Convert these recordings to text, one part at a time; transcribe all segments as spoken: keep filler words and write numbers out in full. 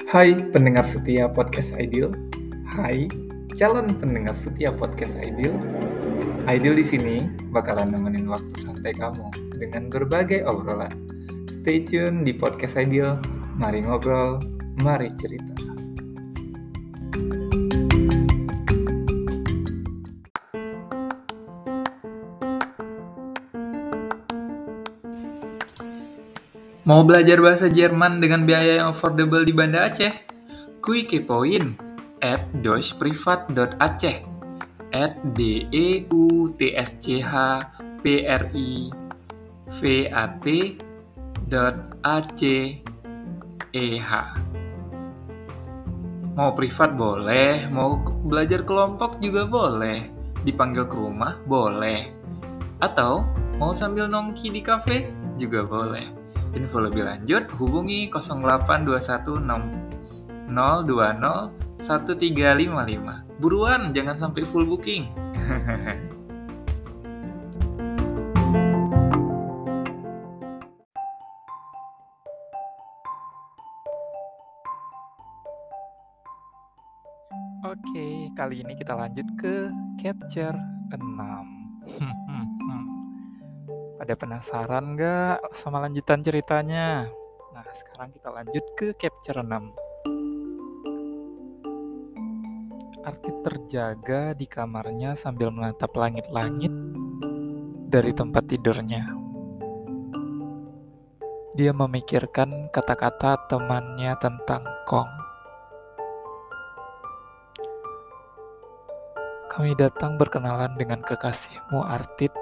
Hai pendengar setia podcast Ideal. Hai calon pendengar setia podcast Ideal. Ideal di sini bakalan nemenin waktu santai kamu dengan berbagai obrolan. Stay tune di podcast Ideal. Mari ngobrol, mari cerita. Mau belajar bahasa Jerman dengan biaya yang affordable di Banda Aceh? Kui kepoin at deutschprivat dot aceh at d e u t s c h p r i v a t dot a c e h. Mau privat boleh, mau belajar kelompok juga boleh, dipanggil ke rumah boleh, atau mau sambil nongki di kafe juga boleh. Info lebih lanjut hubungi nol delapan dua satu enam nol dua nol satu tiga lima lima. Buruan, jangan sampai full booking. Oke, kali ini kita lanjut ke chapter enam. Pada penasaran nggak sama lanjutan ceritanya? Nah, sekarang kita lanjut ke chapter enam. Artit terjaga di kamarnya sambil menatap langit-langit dari tempat tidurnya. Dia memikirkan kata-kata temannya tentang Kong. Kami datang berkenalan dengan kekasihmu, Artit.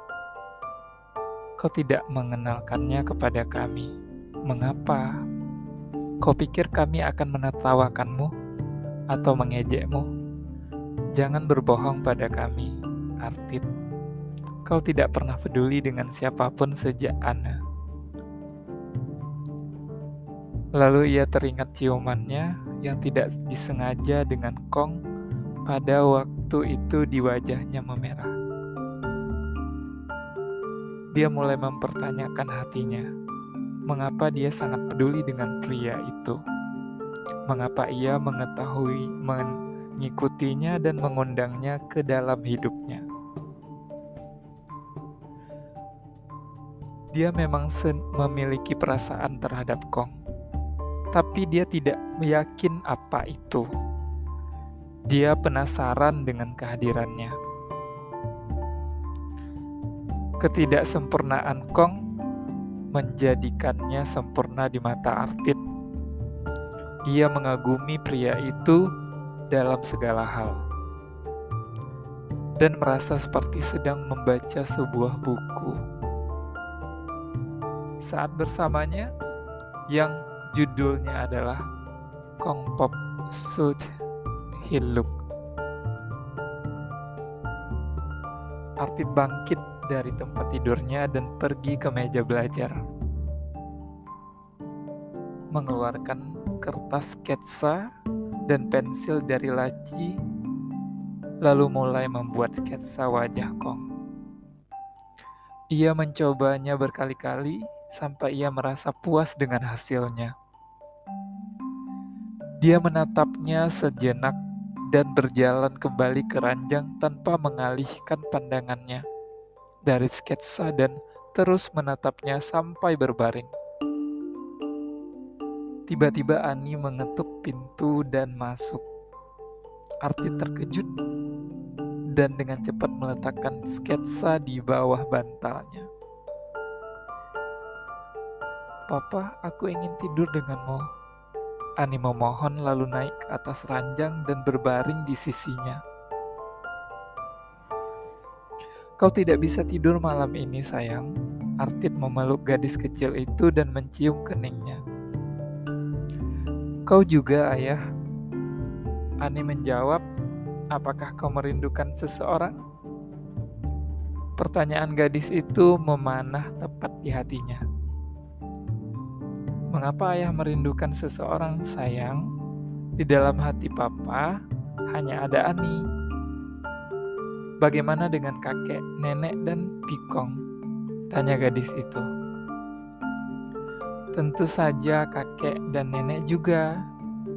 Kau tidak mengenalkannya kepada kami. Mengapa? Kau pikir kami akan menertawakanmu atau mengejekmu? Jangan berbohong pada kami, Artit. Kau tidak pernah peduli dengan siapapun sejak Ana. Lalu ia teringat ciumannya yang tidak disengaja dengan Kong pada waktu itu di wajahnya memerah. Dia mulai mempertanyakan hatinya, mengapa dia sangat peduli dengan pria itu? Mengapa ia mengetahui, mengikutinya dan mengundangnya ke dalam hidupnya? Dia memang sen- memiliki perasaan terhadap Kong, tapi dia tidak yakin apa itu. Dia penasaran dengan kehadirannya. Ketidaksempurnaan Kong menjadikannya sempurna di mata Artit. Ia mengagumi pria itu dalam segala hal dan merasa seperti sedang membaca sebuah buku. Saat bersamanya, yang judulnya adalah Kong Pop Sut Hiluk, Artit bangkit dari tempat tidurnya dan pergi ke meja belajar. Mengeluarkan kertas sketsa dan pensil dari laci, lalu mulai membuat sketsa wajah Kong. Ia mencobanya berkali-kali sampai ia merasa puas dengan hasilnya. Dia menatapnya sejenak dan berjalan kembali ke ranjang tanpa mengalihkan pandangannya dari sketsa dan terus menatapnya sampai berbaring. Tiba-tiba Ani mengetuk pintu dan masuk. Artit terkejut dan dengan cepat meletakkan sketsa di bawah bantalnya. Papa, aku ingin tidur denganmu. Ani memohon lalu naik ke atas ranjang dan berbaring di sisinya. Kau tidak bisa tidur malam ini, sayang. Artit memeluk gadis kecil itu dan mencium keningnya. Kau juga, ayah. Ani menjawab, apakah kau merindukan seseorang? Pertanyaan gadis itu memanah tepat di hatinya. Mengapa ayah merindukan seseorang, sayang? Di dalam hati papa hanya ada Ani. Bagaimana dengan kakek, nenek, dan Pikong? Tanya gadis itu. Tentu saja kakek dan nenek juga.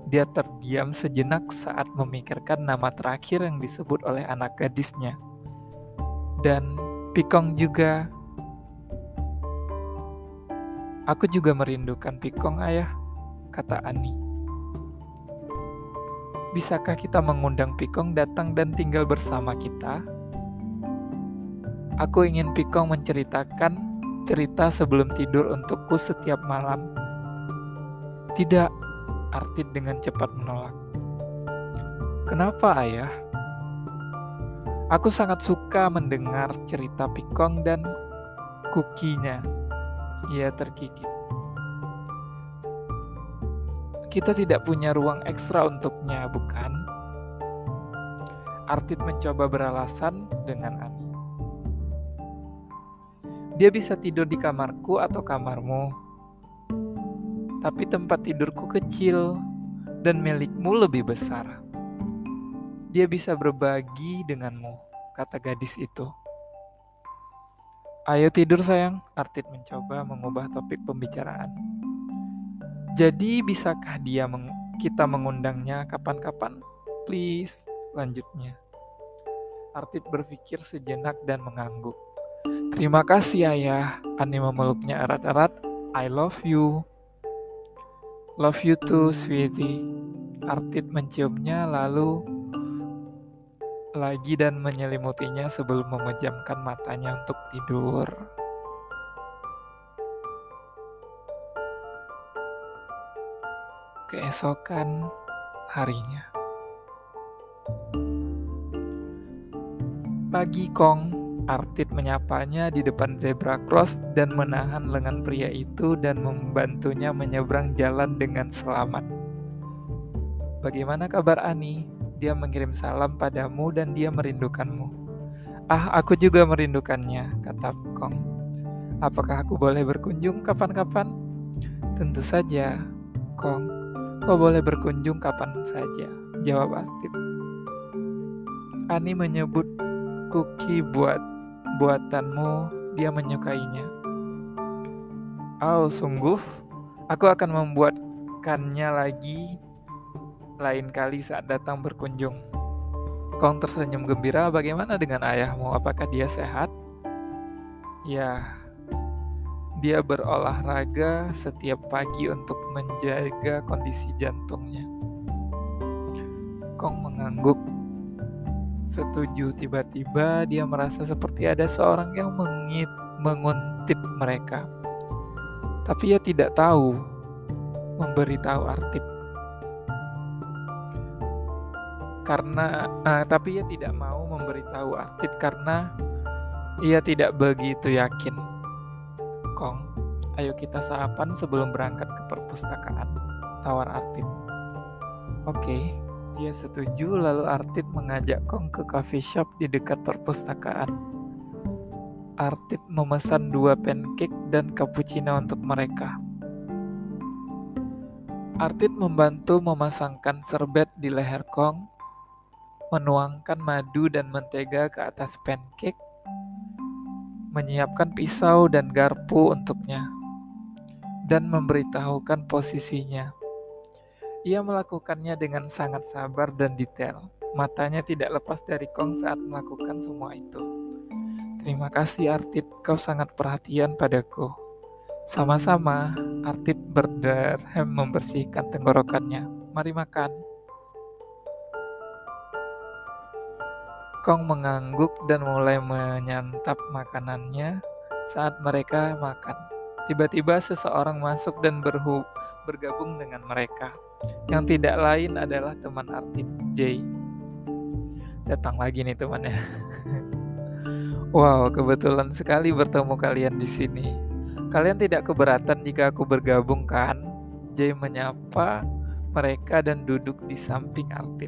Dia terdiam sejenak saat memikirkan nama terakhir yang disebut oleh anak gadisnya. Dan Pikong juga. Aku juga merindukan Pikong, ayah, kata Ani. Bisakah kita mengundang Pikong datang dan tinggal bersama kita? Aku ingin Pikong menceritakan cerita sebelum tidur untukku setiap malam. Tidak, Artit dengan cepat menolak. Kenapa, ayah? Aku sangat suka mendengar cerita Pikong dan kukinya. Ia terkikik. Kita tidak punya ruang ekstra untuknya, bukan? Artit mencoba beralasan dengan Ani. Dia bisa tidur di kamarku atau kamarmu. Tapi tempat tidurku kecil dan milikmu lebih besar. Dia bisa berbagi denganmu, kata gadis itu. Ayo tidur sayang, Artit mencoba mengubah topik pembicaraan. Jadi bisakah dia meng- kita mengundangnya kapan-kapan? Please, lanjutnya. Artit berpikir sejenak dan mengangguk. Terima kasih ayah, Ani memeluknya erat-erat. I love you. Love you too, sweetie. Artit menciumnya lalu lagi dan menyelimutinya sebelum memejamkan matanya untuk tidur. Keesokan harinya. Pagi Kong, Artit menyapanya di depan zebra cross dan menahan lengan pria itu dan membantunya menyeberang jalan dengan selamat. Bagaimana kabar Ani? Dia mengirim salam padamu dan dia merindukanmu. Ah, aku juga merindukannya, kata Kong. Apakah aku boleh berkunjung kapan-kapan? Tentu saja, Kong. Kau boleh berkunjung kapan saja, jawab Artit. Ani menyebut kuki buat buatanmu, dia menyukainya. Oh, sungguh? Aku akan membuatkannya lagi lain kali saat datang berkunjung. Kong tersenyum gembira. Bagaimana dengan ayahmu? Apakah dia sehat? Ya, dia berolahraga setiap pagi untuk menjaga kondisi jantungnya. Kong mengangguk. Setuju. Tiba-tiba dia merasa seperti ada seorang yang mengit, menguntip mereka. Tapi ia tidak tahu memberitahu Artit. Karena, uh, tapi ia tidak mau memberitahu Artit karena ia tidak begitu yakin. Kong, ayo kita sarapan sebelum berangkat ke perpustakaan, tawar Artit. Oke, dia setuju. Lalu Artit mengajak Kong ke coffee shop di dekat perpustakaan. Artit memesan dua pancake dan cappuccino untuk mereka. Artit membantu memasangkan serbet di leher Kong, menuangkan madu dan mentega ke atas pancake, menyiapkan pisau dan garpu untuknya, dan memberitahukan posisinya. Ia melakukannya dengan sangat sabar dan detail. Matanya tidak lepas dari Kong saat melakukan semua itu. Terima kasih Artit, kau sangat perhatian padaku. Sama-sama, Artit berderhem membersihkan tenggorokannya. Mari makan. Kong mengangguk dan mulai menyantap makanannya saat mereka makan. Tiba-tiba seseorang masuk dan berhu- bergabung dengan mereka. Yang tidak lain adalah teman Artit, Jay. Datang lagi nih temannya. Wow, kebetulan sekali bertemu kalian di sini. Kalian tidak keberatan jika aku bergabung kan? Jay menyapa mereka dan duduk di samping Artit.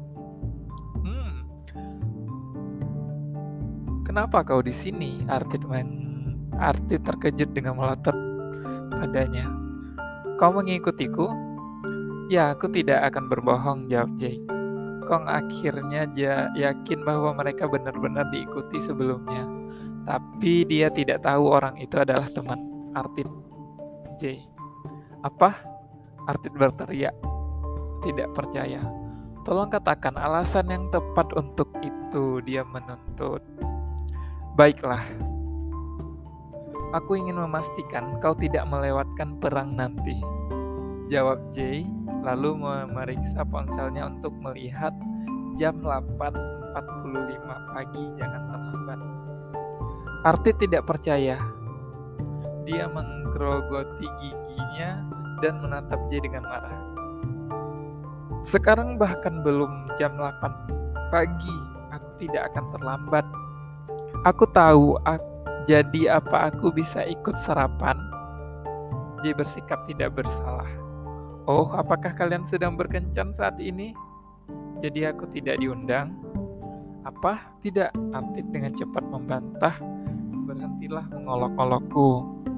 Kenapa kau di sini? Artit men Artit terkejut dengan melotot padanya. Kau mengikutiku? Ya, aku tidak akan berbohong, jawab Jay. Kong akhirnya ja- yakin bahwa mereka benar-benar diikuti sebelumnya. Tapi dia tidak tahu orang itu adalah teman Artit, Jay. Apa? Artit berteriak. tidak percaya. Tolong katakan alasan yang tepat untuk itu, dia menuntut. Baiklah, aku ingin memastikan kau tidak melewatkan perang nanti, jawab Jay, lalu memeriksa ponselnya untuk melihat jam delapan empat puluh lima pagi, jangan terlambat. Artit tidak percaya. Dia menggerogoti giginya dan menatap Jay dengan marah. Sekarang bahkan belum jam delapan pagi, aku tidak akan terlambat. Aku tahu, aku, jadi apa aku bisa ikut sarapan? Jay bersikap tidak bersalah. Oh, apakah kalian sedang berkencan saat ini? Jadi aku tidak diundang? Apa? Tidak, Artit dengan cepat membantah. Berhentilah mengolok-olokku.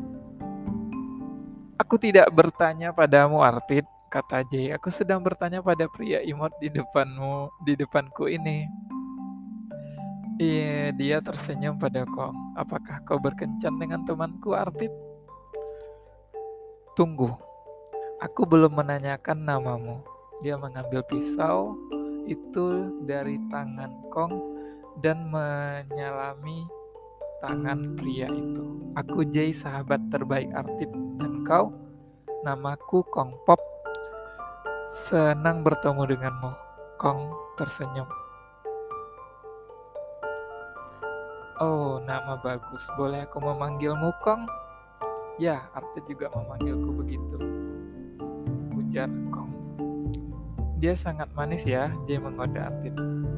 Aku tidak bertanya padamu, Artit, kata Jay. Aku sedang bertanya pada pria imut di depanmu, di depanku ini. Iya, dia tersenyum pada Kong. Apakah kau berkencan dengan temanku, Artit? Tunggu, aku belum menanyakan namamu. Dia mengambil pisau itu dari tangan Kong dan menyalami tangan pria itu. Aku Jay, sahabat terbaik Artit, dan kau? Namaku Kong Pop. Senang bertemu denganmu. Kong tersenyum. Oh, nama bagus. Boleh aku memanggilmu Kong? Ya, Artit juga memanggilku begitu, ujar Kong. Dia sangat manis ya, Jay menggoda Artit.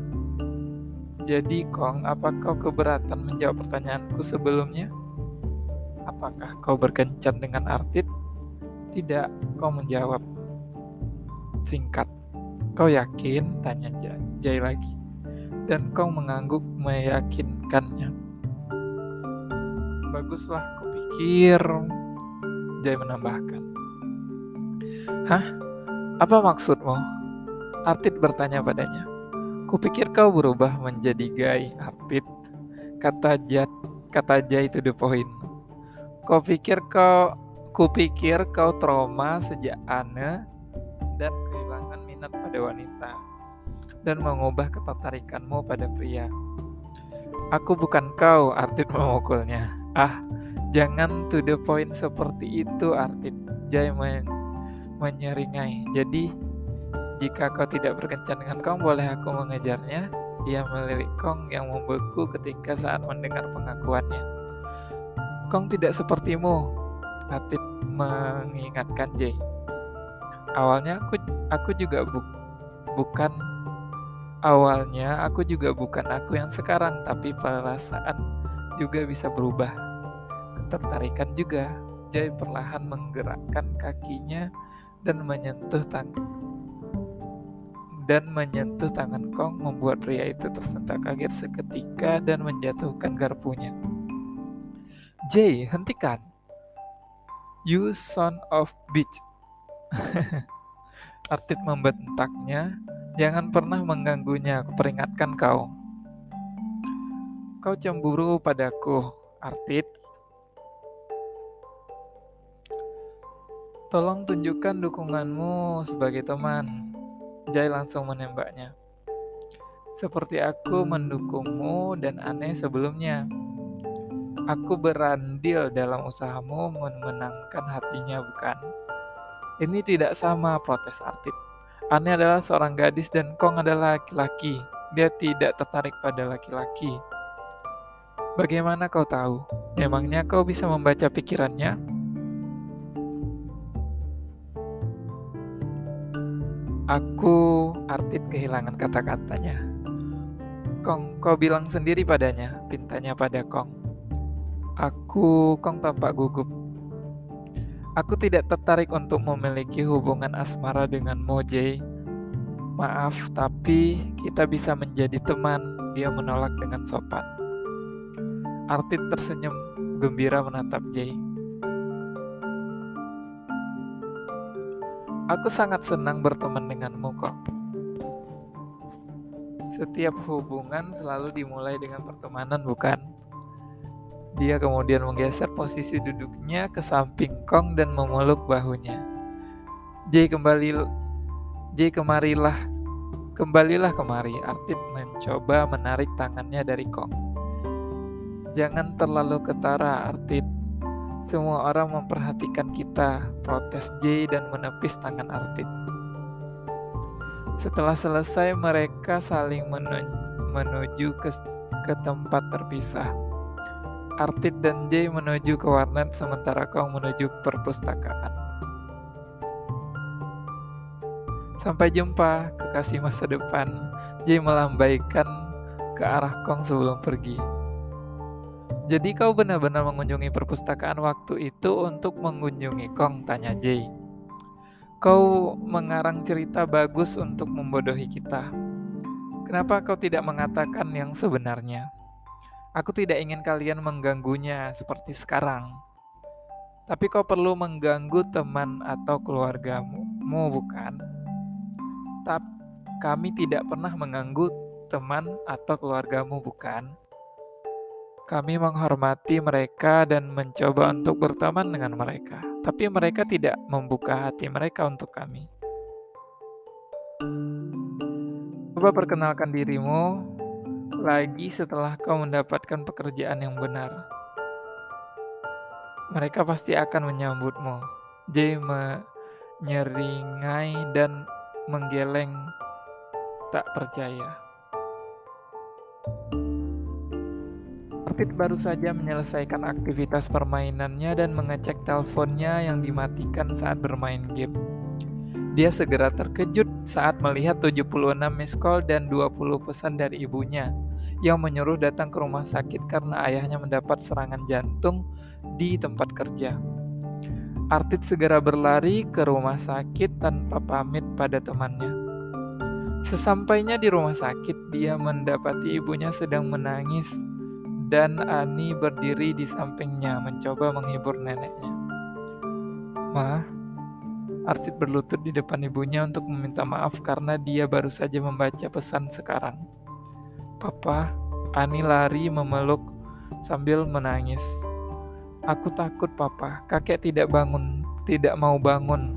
Jadi Kong, apa kau keberatan menjawab pertanyaanku sebelumnya? Apakah kau berkencan dengan Artit? Tidak, kau menjawab singkat. Kau yakin? Tanya Jay lagi. Dan Kong mengangguk meyakinkannya. Baguslah, kupikir, Jay menambahkan. Hah? Apa maksudmu? Artit bertanya padanya. Kupikir kau berubah menjadi gay, Artit. Kata Jay, kata Jay to the point. Kau pikir kau, kupikir kau trauma sejak Anne dan kehilangan minat pada wanita dan mengubah ketertarikanmu pada pria. Aku bukan kau, Artit memukulnya. Ah, jangan to the point seperti itu, Artit. Jay men- menyeringai. Jadi, jika kau tidak berkencan dengan Kong, boleh aku mengejarnya? Ia melirik Kong yang membeku ketika saat mendengar pengakuannya. Kong tidak sepertimu, Artit mengingatkan Jay. Awalnya aku aku juga bu, bukan awalnya aku juga bukan aku yang sekarang, tapi perasaan juga bisa berubah. Ketertarikan juga. Jay perlahan menggerakkan kakinya dan menyentuh tangan dan menyentuh tangan Kong, membuat pria itu tersentak kaget seketika dan menjatuhkan garpunya. Jay, hentikan! You son of bitch! Artit membentaknya. Jangan pernah mengganggunya, aku peringatkan kau. Kau cemburu padaku, Artit. Tolong tunjukkan dukunganmu sebagai teman. Jay langsung menembaknya. Seperti aku mendukungmu dan Anne sebelumnya. Aku berandil dalam usahamu memenangkan hatinya, bukan? Ini tidak sama, protes Artit. Anne adalah seorang gadis dan Kong adalah laki-laki. Dia tidak tertarik pada laki-laki. Bagaimana kau tahu? Memangnya kau bisa membaca pikirannya? Aku, Artit kehilangan kata-katanya. Kong, kau bilang sendiri padanya, pintanya pada Kong. Aku, Kong tampak gugup. Aku tidak tertarik untuk memiliki hubungan asmara denganmu, Jay. Maaf, tapi kita bisa menjadi teman, dia menolak dengan sopan. Artit tersenyum, gembira menatap Jay. Aku sangat senang berteman denganmu, kok. Setiap hubungan selalu dimulai dengan pertemanan, bukan? Dia kemudian menggeser posisi duduknya ke samping Kong dan memeluk bahunya. Jay kembali Jay, kemarilah, kembalilah kemari. Artit mencoba menarik tangannya dari Kong. Jangan terlalu ketara, Artit. Semua orang memperhatikan kita, protes Jay dan menepis tangan Artit. Setelah selesai, mereka saling menu- menuju ke, ke tempat terpisah. Artit dan Jay menuju ke warnet, sementara Kong menuju ke perpustakaan. Sampai jumpa, kekasih masa depan. Jay melambaikan ke arah Kong sebelum pergi. Jadi kau benar-benar mengunjungi perpustakaan waktu itu untuk mengunjungi Kong, tanya Jay. Kau mengarang cerita bagus untuk membodohi kita. Kenapa kau tidak mengatakan yang sebenarnya? Aku tidak ingin kalian mengganggunya seperti sekarang. Tapi kau perlu mengganggu teman atau keluargamu, bukan? Tapi kami tidak pernah mengganggu teman atau keluargamu, bukan? Kami menghormati mereka dan mencoba untuk berteman dengan mereka, tapi mereka tidak membuka hati mereka untuk kami. Coba perkenalkan dirimu lagi setelah kau mendapatkan pekerjaan yang benar. Mereka pasti akan menyambutmu. Jay menyeringai dan menggeleng tak percaya. Artit baru saja menyelesaikan aktivitas permainannya dan mengecek teleponnya yang dimatikan saat bermain game. Dia segera terkejut saat melihat tujuh puluh enam miss call dan dua puluh pesan dari ibunya yang menyuruh datang ke rumah sakit karena ayahnya mendapat serangan jantung di tempat kerja. Artit segera berlari ke rumah sakit tanpa pamit pada temannya. Sesampainya di rumah sakit, dia mendapati ibunya sedang menangis dan Ani berdiri di sampingnya mencoba menghibur neneknya. Ma, Artit berlutut di depan ibunya untuk meminta maaf karena dia baru saja membaca pesan sekarang. Papa, Ani lari memeluk sambil menangis. Aku takut, Papa. Kakek tidak bangun, tidak mau bangun.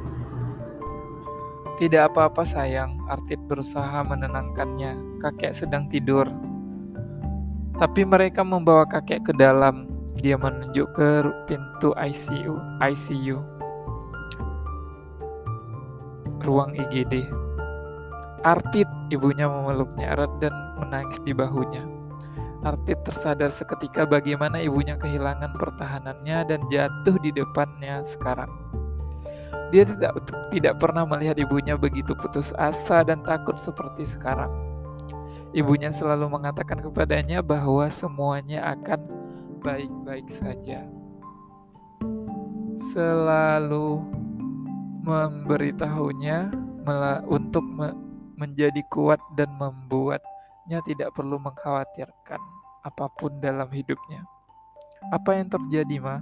Tidak apa-apa sayang, Artit berusaha menenangkannya. Kakek sedang tidur. Tapi mereka membawa kakek ke dalam. Dia menunjuk ke pintu I C U, I C U. Ruang I G D. Artit, ibunya memeluknya erat dan menangis di bahunya. Artit tersadar seketika bagaimana ibunya kehilangan pertahanannya dan jatuh di depannya sekarang. Dia tidak tidak pernah melihat ibunya begitu putus asa dan takut seperti sekarang. Ibunya selalu mengatakan kepadanya bahwa semuanya akan baik-baik saja. Selalu memberitahunya untuk menjadi kuat dan membuatnya tidak perlu mengkhawatirkan apapun dalam hidupnya. Apa yang terjadi, Ma?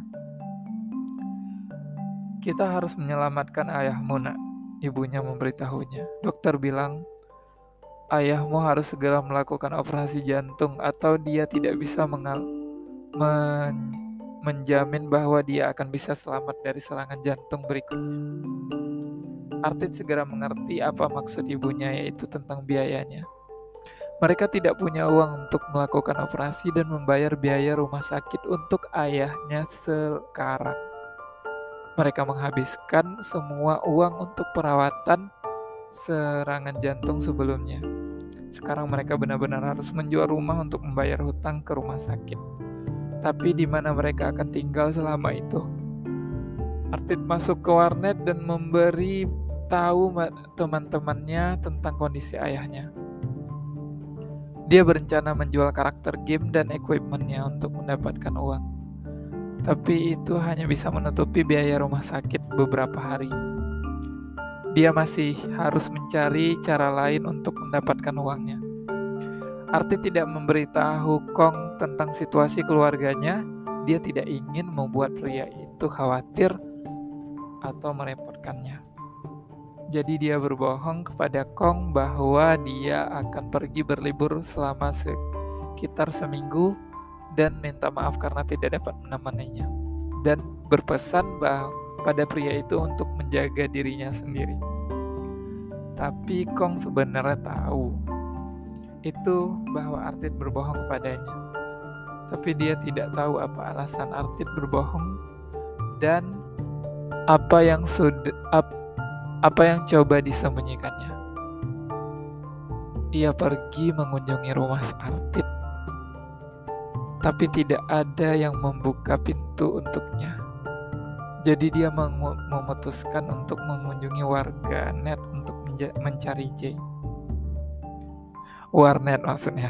Kita harus menyelamatkan ayahmu, Nak. Ibunya memberitahunya. Dokter bilang ayahmu harus segera melakukan operasi jantung atau dia tidak bisa mengal- men- menjamin bahwa dia akan bisa selamat dari serangan jantung berikutnya. Artit segera mengerti apa maksud ibunya, yaitu tentang biayanya. Mereka tidak punya uang untuk melakukan operasi dan membayar biaya rumah sakit untuk ayahnya sekarang. Mereka menghabiskan semua uang untuk perawatan serangan jantung sebelumnya. Sekarang mereka benar-benar harus menjual rumah untuk membayar hutang ke rumah sakit. Tapi di mana mereka akan tinggal selama itu? Artit masuk ke warnet dan memberi tahu teman-temannya tentang kondisi ayahnya. Dia berencana menjual karakter game dan equipmentnya untuk mendapatkan uang. Tapi itu hanya bisa menutupi biaya rumah sakit beberapa hari. Dia masih harus mencari cara lain untuk mendapatkan uangnya. Artit tidak memberitahu Kong tentang situasi keluarganya. Dia tidak ingin membuat pria itu khawatir atau merepotkannya. Jadi dia berbohong kepada Kong bahwa dia akan pergi berlibur selama sekitar seminggu dan minta maaf karena tidak dapat menemaninya. Dan berpesan bahwa pada pria itu untuk menjaga dirinya sendiri. Tapi Kong sebenarnya tahu itu bahwa Artit berbohong kepadanya. Tapi dia tidak tahu apa alasan Artit berbohong dan apa yang sudah ap, apa yang coba disembunyikannya. Ia pergi mengunjungi rumah Artit, tapi tidak ada yang membuka pintu untuknya. Jadi dia mengu- memutuskan untuk mengunjungi warganet untuk menja- mencari Jay. Warnet maksudnya.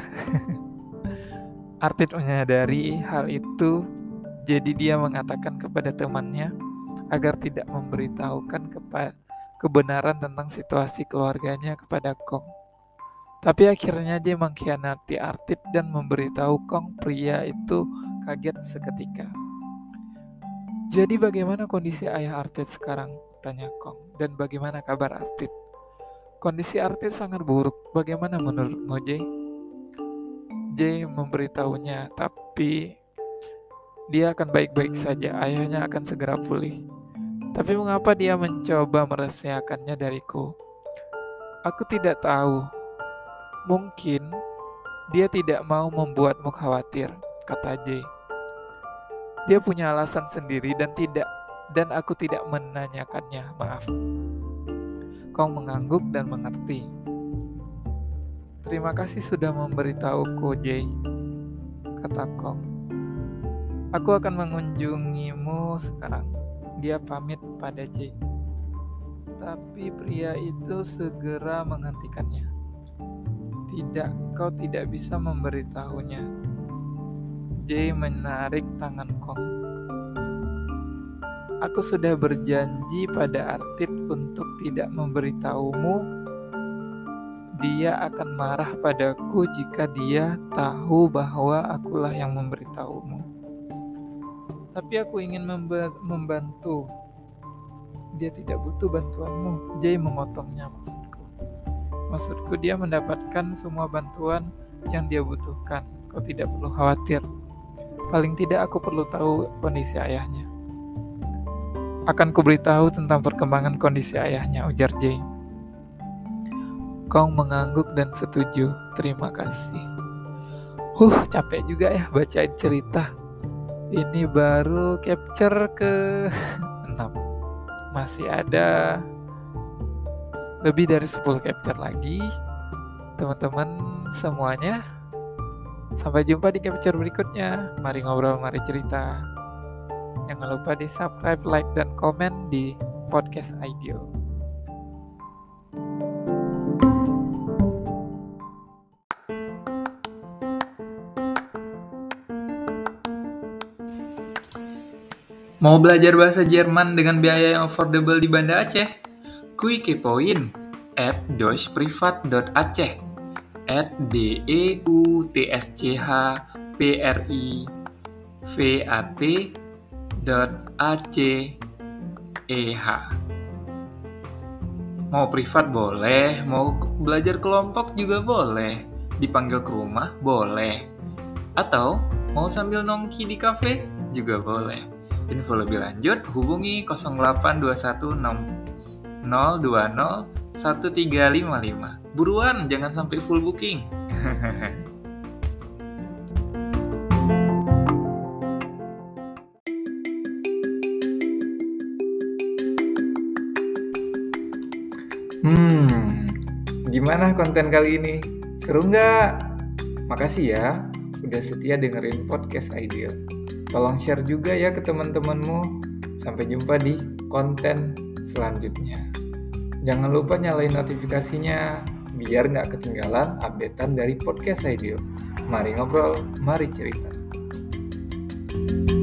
Artit menyadari hal itu, jadi dia mengatakan kepada temannya agar tidak memberitahukan kepa- kebenaran tentang situasi keluarganya kepada Kong. Tapi akhirnya Jay mengkhianati Artit dan memberitahu Kong. Pria itu kaget seketika. Jadi bagaimana kondisi ayah Artit sekarang? Tanya Kong. Dan bagaimana kabar Artit? Kondisi Artit sangat buruk. Bagaimana menurutmu, Jay? Jay memberitahunya, tapi dia akan baik-baik saja. Ayahnya akan segera pulih. Tapi mengapa dia mencoba merahasiakannya dariku? Aku tidak tahu. Mungkin dia tidak mau membuatmu khawatir, kata Jay. Dia punya alasan sendiri dan tidak dan aku tidak menanyakannya. Maaf. Kong mengangguk dan mengerti. Terima kasih sudah memberitahuku, Jay, kata Kong. Aku akan mengunjungimu sekarang. Dia pamit pada Jay. Tapi pria itu segera menghentikannya. Tidak, kau tidak bisa memberitahunya. Jay menarik tangan Kong. Aku sudah berjanji pada Artit untuk tidak memberitahumu. Dia akan marah padaku jika dia tahu bahwa akulah yang memberitahumu. Tapi aku ingin member- membantu. Dia tidak butuh bantuanmu. Jay memotongnya maksudku. Maksudku dia mendapatkan semua bantuan yang dia butuhkan. Kau tidak perlu khawatir. Paling tidak aku perlu tahu kondisi ayahnya. Akan kuberitahu tentang perkembangan kondisi ayahnya, ujar Jay. Kong mengangguk dan setuju. Terima kasih. Huh, capek juga ya bacain cerita. Ini baru capture ke enam. Masih ada lebih dari sepuluh capture lagi. Teman-teman semuanya, sampai jumpa di capture berikutnya. Mari ngobrol, mari cerita. Jangan lupa di subscribe, like, dan komen di Podcast Ideal. Mau belajar bahasa Jerman dengan biaya yang affordable di Banda Aceh? Kui kepoin at deutschprivat dot aceh at d e u t s c h p r i v a t dot a c e h. Mau privat boleh, mau belajar kelompok juga boleh, dipanggil ke rumah boleh, atau mau sambil nongki di kafe juga boleh. Info lebih lanjut hubungi nol delapan dua satu enam nol dua nol satu tiga lima lima. Buruan, jangan sampai full booking. Hmm, gimana konten kali ini? Seru nggak? Makasih ya udah setia dengerin Podcast Ideal. Tolong share juga ya ke teman-temanmu. Sampai jumpa di konten selanjutnya. Jangan lupa nyalain notifikasinya biar nggak ketinggalan updatean dari Podcast Ideal. Mari ngobrol, mari cerita.